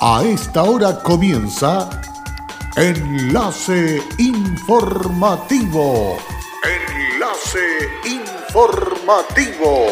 A esta hora comienza Enlace Informativo. Enlace Informativo.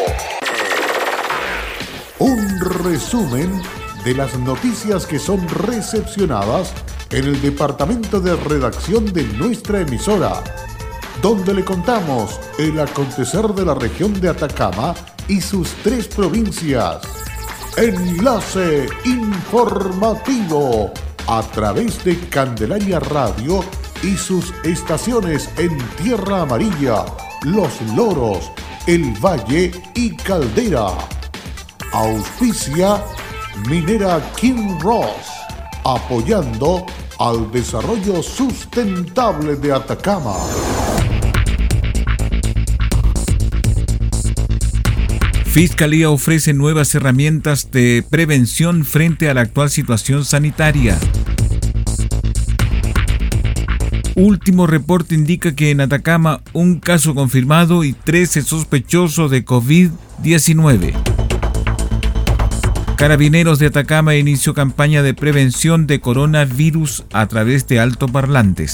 Un resumen de las noticias que son recepcionadas en el departamento de redacción de nuestra emisora, donde le contamos el acontecer de la región de Atacama y sus 3 provincias. Enlace Informativo a través de Candelaria Radio y sus estaciones en Tierra Amarilla, Los Loros, El Valle y Caldera. Auspicia Minera Kinross, apoyando al desarrollo sustentable de Atacama. Fiscalía ofrece nuevas herramientas de prevención frente a la actual situación sanitaria. Último reporte indica que en Atacama un caso confirmado y 13 sospechosos de COVID-19. Carabineros de Atacama inició campaña de prevención de coronavirus a través de altoparlantes.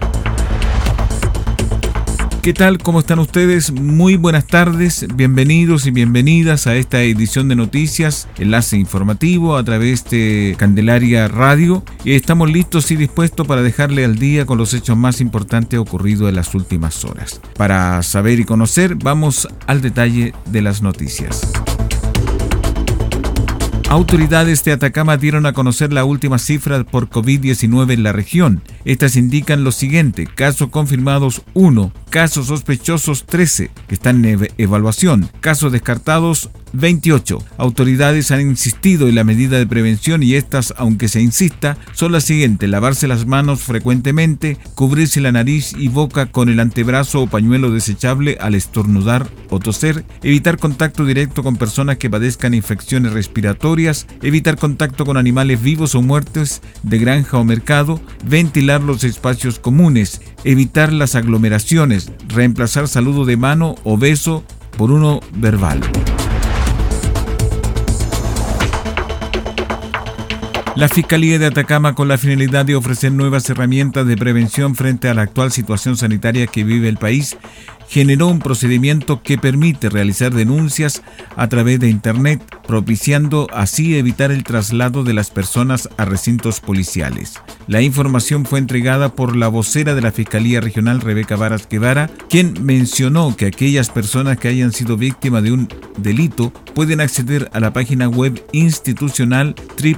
¿Qué tal? ¿Cómo están ustedes? Muy buenas tardes, bienvenidos y bienvenidas a esta edición de noticias, enlace informativo a través de Candelaria Radio. Y estamos listos y dispuestos para dejarle al día con los hechos más importantes ocurridos en las últimas horas. Para saber y conocer, vamos al detalle de las noticias. Autoridades de Atacama dieron a conocer la última cifra por COVID-19 en la región. Estas indican lo siguiente: casos confirmados 1, casos sospechosos 13, que están en evaluación, casos descartados 28. Autoridades han insistido en la medida de prevención y estas, aunque se insista, son las siguientes: lavarse las manos frecuentemente, cubrirse la nariz y boca con el antebrazo o pañuelo desechable al estornudar o toser, evitar contacto directo con personas que padezcan infecciones respiratorias, evitar contacto con animales vivos o muertos de granja o mercado, ventilar los espacios comunes, evitar las aglomeraciones, reemplazar saludo de mano o beso por uno verbal. La Fiscalía de Atacama, con la finalidad de ofrecer nuevas herramientas de prevención frente a la actual situación sanitaria que vive el país, generó un procedimiento que permite realizar denuncias a través de Internet, propiciando así evitar el traslado de las personas a recintos policiales. La información fue entregada por la vocera de la Fiscalía Regional, Rebeca Varas Guevara, quien mencionó que aquellas personas que hayan sido víctimas de un delito pueden acceder a la página web institucional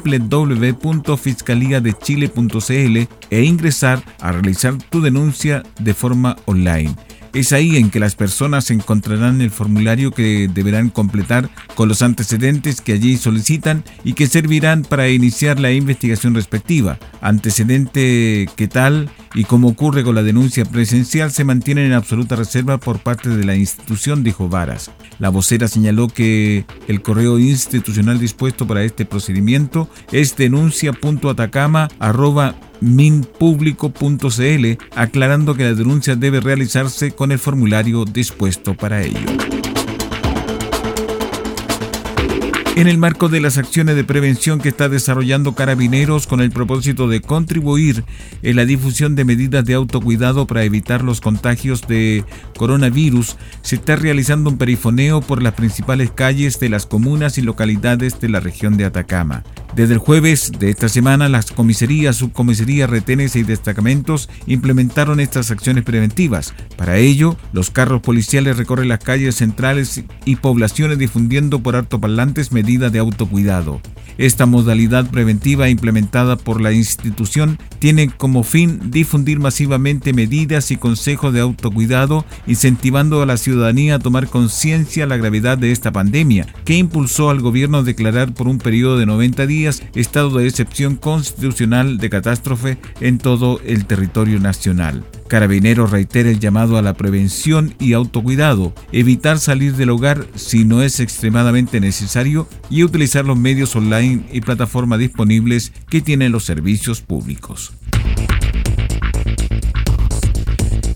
www.fiscaliadechile.cl e ingresar a realizar tu denuncia de forma online. Es ahí en que las personas encontrarán el formulario que deberán completar con los antecedentes que allí solicitan y que servirán para iniciar la investigación respectiva. Antecedente que, tal y como ocurre con la denuncia presencial, se mantienen en absoluta reserva por parte de la institución, dijo Varas. La vocera señaló que el correo institucional dispuesto para este procedimiento es denuncia.atacama@minpublico.cl, aclarando que la denuncia debe realizarse con el formulario dispuesto para ello. En el marco de las acciones de prevención que está desarrollando Carabineros con el propósito de contribuir en la difusión de medidas de autocuidado para evitar los contagios de coronavirus, se está realizando un perifoneo por las principales calles de las comunas y localidades de la región de Atacama. Desde el jueves de esta semana, las comisarías, subcomisarías, retenes y destacamentos implementaron estas acciones preventivas. Para ello, los carros policiales recorren las calles centrales y poblaciones difundiendo por altoparlantes medidas de autocuidado. Esta modalidad preventiva implementada por la institución tiene como fin difundir masivamente medidas y consejos de autocuidado, incentivando a la ciudadanía a tomar conciencia de la gravedad de esta pandemia, que impulsó al gobierno a declarar por un periodo de 90 días estado de excepción constitucional de catástrofe en todo el territorio nacional. Carabineros reitera el llamado a la prevención y autocuidado, evitar salir del hogar si no es extremadamente necesario y utilizar los medios online y plataformas disponibles que tienen los servicios públicos.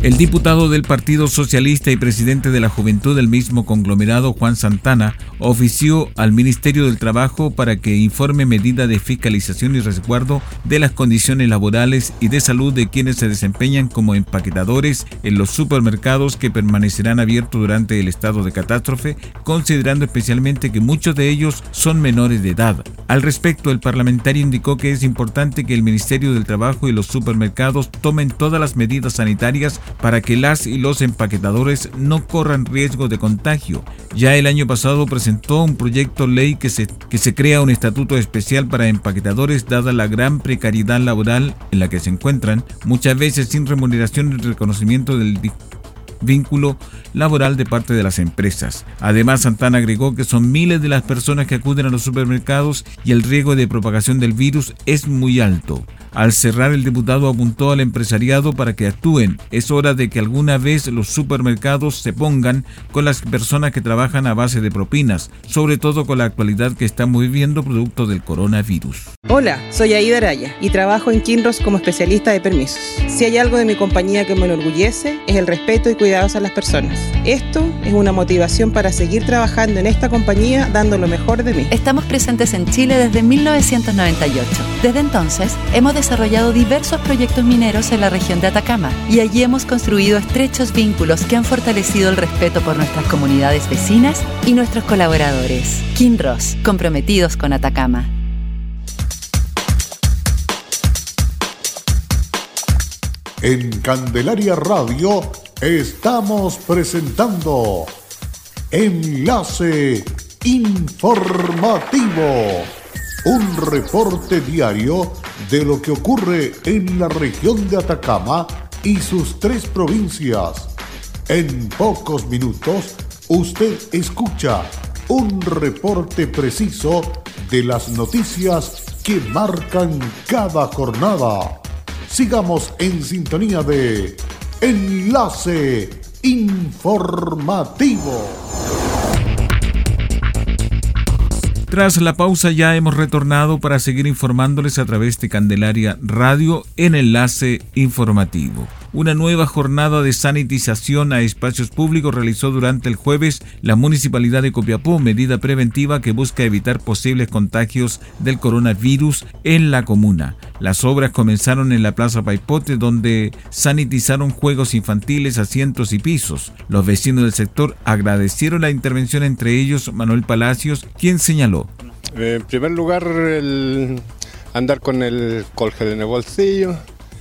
El diputado del Partido Socialista y presidente de la Juventud del mismo conglomerado, Juan Santana, ofició al Ministerio del Trabajo para que informe medida de fiscalización y resguardo de las condiciones laborales y de salud de quienes se desempeñan como empaquetadores en los supermercados que permanecerán abiertos durante el estado de catástrofe, considerando especialmente que muchos de ellos son menores de edad. Al respecto, el parlamentario indicó que es importante que el Ministerio del Trabajo y los supermercados tomen todas las medidas sanitarias para que las y los empaquetadores no corran riesgo de contagio. Ya el año pasado presentó un proyecto ley que se crea un estatuto especial para empaquetadores, dada la gran precariedad laboral en la que se encuentran, muchas veces sin remuneración y reconocimiento del vínculo laboral de parte de las empresas. Además, Santana agregó que son miles de las personas que acuden a los supermercados y el riesgo de propagación del virus es muy alto. Al cerrar, el diputado apuntó al empresariado para que actúen. Es hora de que alguna vez los supermercados se pongan con las personas que trabajan a base de propinas, sobre todo con la actualidad que estamos viviendo producto del coronavirus. Hola, soy Aida Araya y trabajo en Kinross como especialista de permisos. Si hay algo de mi compañía que me enorgullece, es el respeto y cuidados a las personas. Esto es una motivación para seguir trabajando en esta compañía dando lo mejor de mí. Estamos presentes en Chile desde 1998. Desde entonces, hemos desarrollado diversos proyectos mineros en la región de Atacama y allí hemos construido estrechos vínculos que han fortalecido el respeto por nuestras comunidades vecinas y nuestros colaboradores. Kinross, comprometidos con Atacama. En Candelaria Radio estamos presentando Enlace Informativo, un reporte diario de lo que ocurre en la región de Atacama y sus 3 provincias. En pocos minutos, usted escucha un reporte preciso de las noticias que marcan cada jornada. Sigamos en sintonía de Enlace Informativo. Tras la pausa ya hemos retornado para seguir informándoles a través de Candelaria Radio en Enlace Informativo. Una nueva jornada de sanitización a espacios públicos realizó durante el jueves la Municipalidad de Copiapó, medida preventiva que busca evitar posibles contagios del coronavirus en la comuna. Las obras comenzaron en la Plaza Paipote, donde sanitizaron juegos infantiles, asientos y pisos. Los vecinos del sector agradecieron la intervención, entre ellos Manuel Palacios, quien señaló: en primer lugar, el andar con el alcohol en el bolsillo,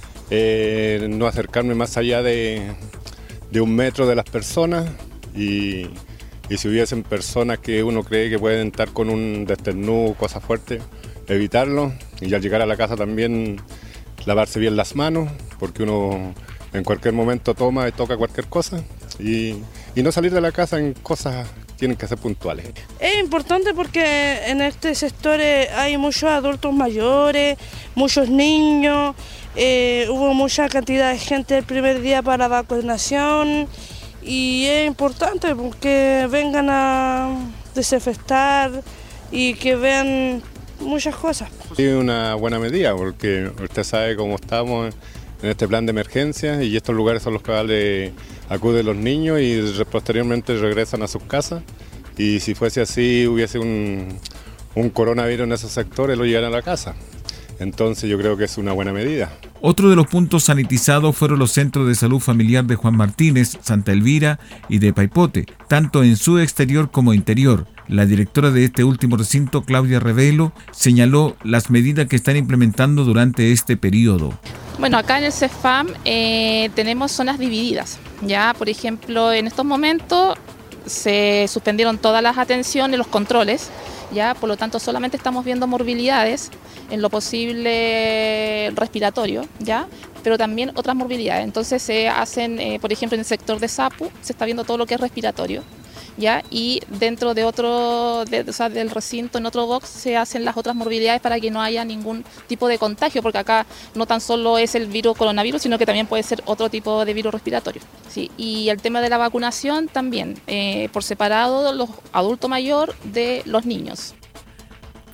no acercarme más allá de 1 metro de las personas y si hubiesen personas que uno cree que pueden estar con un desternú, cosas fuertes, evitarlo, y al llegar a la casa también lavarse bien las manos, porque uno en cualquier momento toma y toca cualquier cosa, y no salir de la casa en cosas tienen que ser puntuales. Es importante porque en este sector hay muchos adultos mayores, muchos niños, hubo mucha cantidad de gente el primer día para la vacunación y es importante porque vengan a desinfectar y que vean muchas cosas. Sí, una buena medida porque usted sabe cómo estamos en este plan de emergencia y estos lugares son los que acuden los niños y posteriormente regresan a sus casas, y si fuese así hubiese un coronavirus en esos sectores, lo llevan a la casa. Entonces yo creo que es una buena medida. Otro de los puntos sanitizados fueron los centros de salud familiar de Juan Martínez, Santa Elvira y de Paipote, tanto en su exterior como interior. La directora de este último recinto, Claudia Revelo, señaló las medidas que están implementando durante este periodo. Bueno, acá en el CEFAM tenemos zonas divididas. Ya, por ejemplo, en estos momentos se suspendieron todas las atenciones, los controles, ya, por lo tanto solamente estamos viendo morbilidades, en lo posible respiratorio, ya, pero también otras morbilidades. Entonces se hacen, por ejemplo, en el sector de SAPU se está viendo todo lo que es respiratorio, ya, y dentro de del recinto, en otro box, se hacen las otras morbilidades para que no haya ningún tipo de contagio, porque acá no tan solo es el virus coronavirus, sino que también puede ser otro tipo de virus respiratorio. Sí, y el tema de la vacunación también, por separado, los adultos mayores de los niños.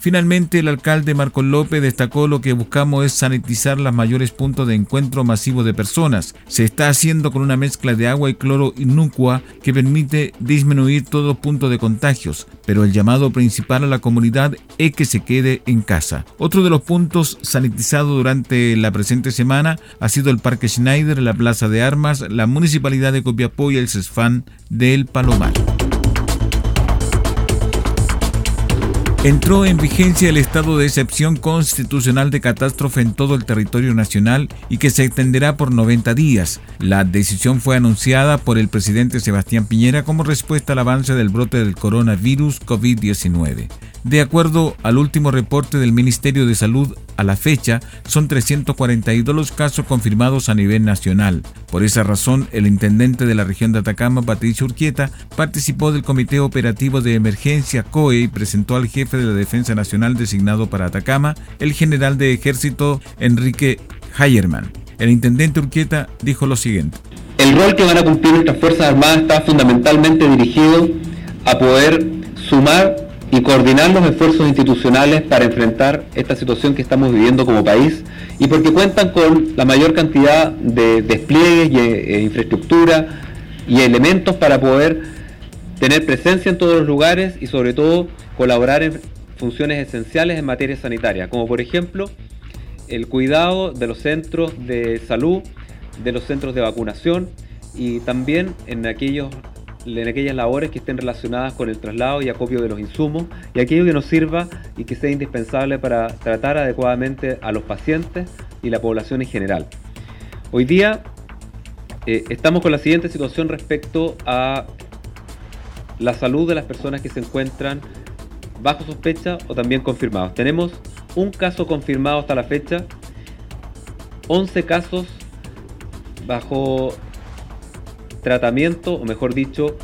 Finalmente, el alcalde Marcos López destacó: lo que buscamos es sanitizar los mayores puntos de encuentro masivo de personas. Se está haciendo con una mezcla de agua y cloro inocua que permite disminuir todos los puntos de contagios, pero el llamado principal a la comunidad es que se quede en casa. Otro de los puntos sanitizados durante la presente semana ha sido el Parque Schneider, la Plaza de Armas, la Municipalidad de Copiapó y el CESFAM del Palomar. Entró en vigencia el estado de excepción constitucional de catástrofe en todo el territorio nacional y que se extenderá por 90 días. La decisión fue anunciada por el presidente Sebastián Piñera como respuesta al avance del brote del coronavirus COVID-19. De acuerdo al último reporte del Ministerio de Salud, a la fecha son 342 los casos confirmados a nivel nacional. Por esa razón, el intendente de la región de Atacama, Patricio Urquieta, participó del Comité Operativo de Emergencia COE y presentó al jefe de la Defensa Nacional designado para Atacama, el general de Ejército Enrique Hayerman. El intendente Urquieta dijo lo siguiente: el rol que van a cumplir nuestras Fuerzas Armadas está fundamentalmente dirigido a poder sumar y coordinar los esfuerzos institucionales para enfrentar esta situación que estamos viviendo como país, y porque cuentan con la mayor cantidad de despliegues y infraestructura y elementos para poder tener presencia en todos los lugares y sobre todo colaborar en funciones esenciales en materia sanitaria, como por ejemplo el cuidado de los centros de salud, de los centros de vacunación y también en aquellas labores que estén relacionadas con el traslado y acopio de los insumos y aquello que nos sirva y que sea indispensable para tratar adecuadamente a los pacientes y la población en general. Hoy día estamos con la siguiente situación respecto a la salud de las personas que se encuentran bajo sospecha o también confirmados. Tenemos un caso confirmado hasta la fecha, 11 casos bajo tratamiento, o mejor dicho,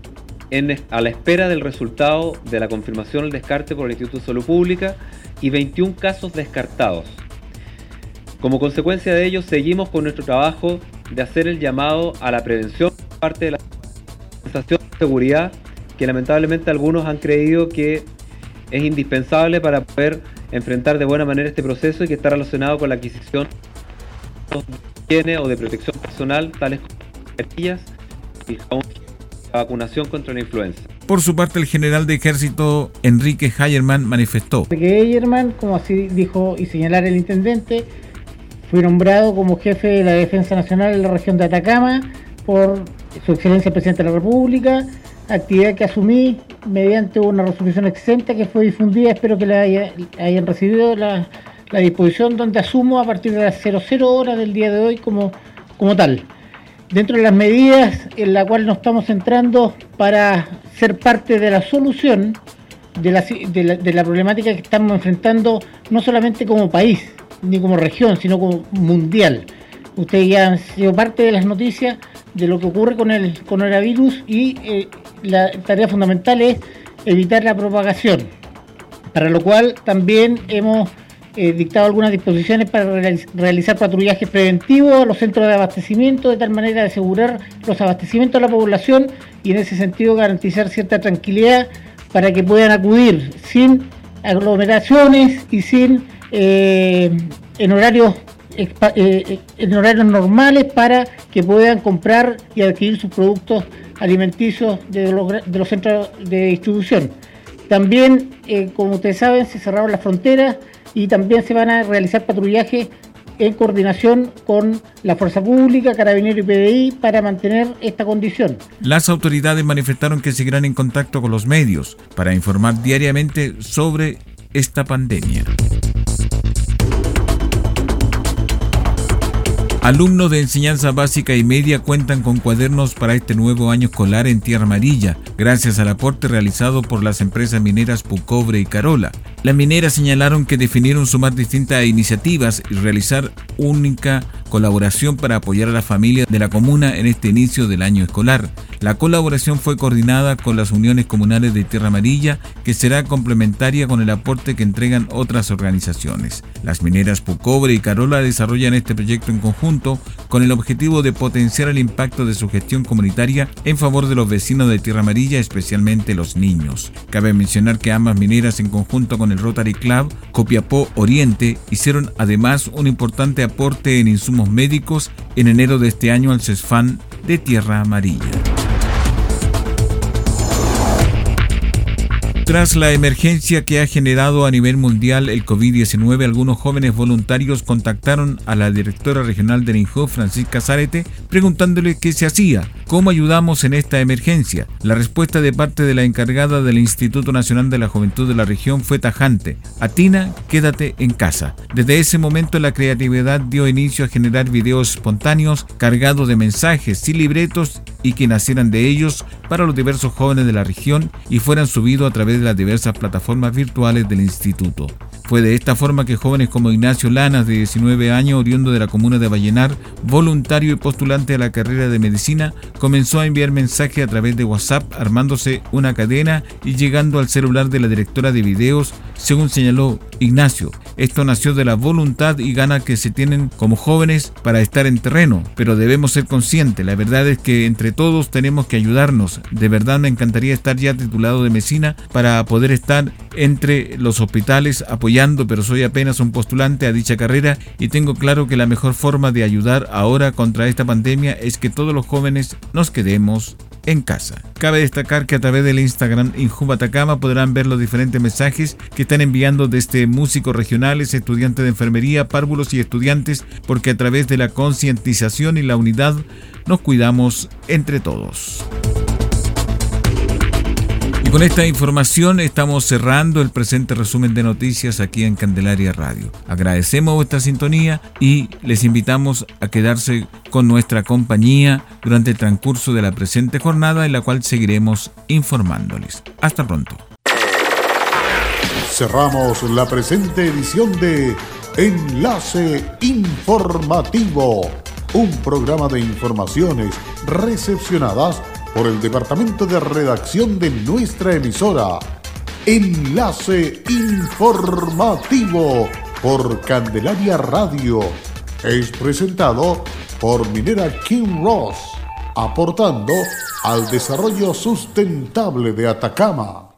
a la espera del resultado de la confirmación o el descarte por el Instituto de Salud Pública, y 21 casos descartados. Como consecuencia de ello, seguimos con nuestro trabajo de hacer el llamado a la prevención por parte de la sensación de seguridad, que lamentablemente algunos han creído que es indispensable para poder enfrentar de buena manera este proceso y que está relacionado con la adquisición de higiene o de protección personal, tales como mascarillas y la vacunación contra la influenza. Por su parte, el general de Ejército Enrique Hayerman manifestó: Hayerman, como así dijo y señalar el intendente, fue nombrado como jefe de la Defensa Nacional en la región de Atacama por su excelencia el presidente de la República, actividad que asumí mediante una resolución exenta que fue difundida. Espero que la hayan recibido la disposición, donde asumo a partir de las 00 horas del día de hoy como tal. Dentro de las medidas en las cuales nos estamos centrando para ser parte de la solución de la problemática que estamos enfrentando, no solamente como país ni como región, sino como mundial. Ustedes ya han sido parte de las noticias de lo que ocurre con el coronavirus y la tarea fundamental es evitar la propagación, para lo cual también hemos dictado algunas disposiciones para realizar patrullajes preventivos a los centros de abastecimiento, de tal manera de asegurar los abastecimientos a la población y en ese sentido garantizar cierta tranquilidad para que puedan acudir sin aglomeraciones y sin en horarios normales, para que puedan comprar y adquirir sus productos alimenticios de los centros de distribución. También, como ustedes saben, se cerraron las fronteras y también se van a realizar patrullajes en coordinación con la Fuerza Pública, Carabineros y PDI para mantener esta condición. Las autoridades manifestaron que seguirán en contacto con los medios para informar diariamente sobre esta pandemia. Alumnos de enseñanza básica y media cuentan con cuadernos para este nuevo año escolar en Tierra Amarilla, gracias al aporte realizado por las empresas mineras Pucobre y Carola. Las mineras señalaron que definieron sumar distintas iniciativas y realizar única colaboración para apoyar a las familias de la comuna en este inicio del año escolar. La colaboración fue coordinada con las uniones comunales de Tierra Amarilla, que será complementaria con el aporte que entregan otras organizaciones. Las mineras Pucobre y Carola desarrollan este proyecto en conjunto con el objetivo de potenciar el impacto de su gestión comunitaria en favor de los vecinos de Tierra Amarilla, especialmente los niños. Cabe mencionar que ambas mineras, en conjunto con el Rotary Club Copiapó Oriente, hicieron además un importante aporte en insumos médicos en enero de este año al CESFAM de Tierra Amarilla. Tras la emergencia que ha generado a nivel mundial el COVID-19, algunos jóvenes voluntarios contactaron a la directora regional del INJUV, Francisca Zárate, preguntándole qué se hacía, cómo ayudamos en esta emergencia. La respuesta de parte de la encargada del Instituto Nacional de la Juventud de la región fue tajante: Atina, quédate en casa. Desde ese momento la creatividad dio inicio a generar videos espontáneos cargados de mensajes y libretos y que nacieran de ellos para los diversos jóvenes de la región y fueran subidos a través de las diversas plataformas virtuales del instituto. Fue de esta forma que jóvenes como Ignacio Lanas, de 19 años, oriundo de la comuna de Vallenar, voluntario y postulante a la carrera de medicina, comenzó a enviar mensajes a través de WhatsApp, armándose una cadena y llegando al celular de la directora de videos, según señaló Ignacio. Esto nació de la voluntad y ganas que se tienen como jóvenes para estar en terreno, pero debemos ser conscientes. La verdad es que entre todos tenemos que ayudarnos. De verdad me encantaría estar ya titulado de medicina para poder estar entre los hospitales apoyando, pero soy apenas un postulante a dicha carrera y tengo claro que la mejor forma de ayudar ahora contra esta pandemia es que todos los jóvenes nos quedemos en casa. Cabe destacar que a través del Instagram INJUV Atacama podrán ver los diferentes mensajes que están enviando desde músicos regionales, estudiantes de enfermería, párvulos y estudiantes, porque a través de la concientización y la unidad nos cuidamos entre todos. Y con esta información estamos cerrando el presente resumen de noticias aquí en Candelaria Radio. Agradecemos vuestra sintonía y les invitamos a quedarse con nuestra compañía durante el transcurso de la presente jornada, en la cual seguiremos informándoles. Hasta pronto. Cerramos la presente edición de Enlace Informativo, un programa de informaciones recepcionadas por el Departamento de Redacción de nuestra emisora. Enlace Informativo por Candelaria Radio. Es presentado por Minera Kinross, aportando al desarrollo sustentable de Atacama.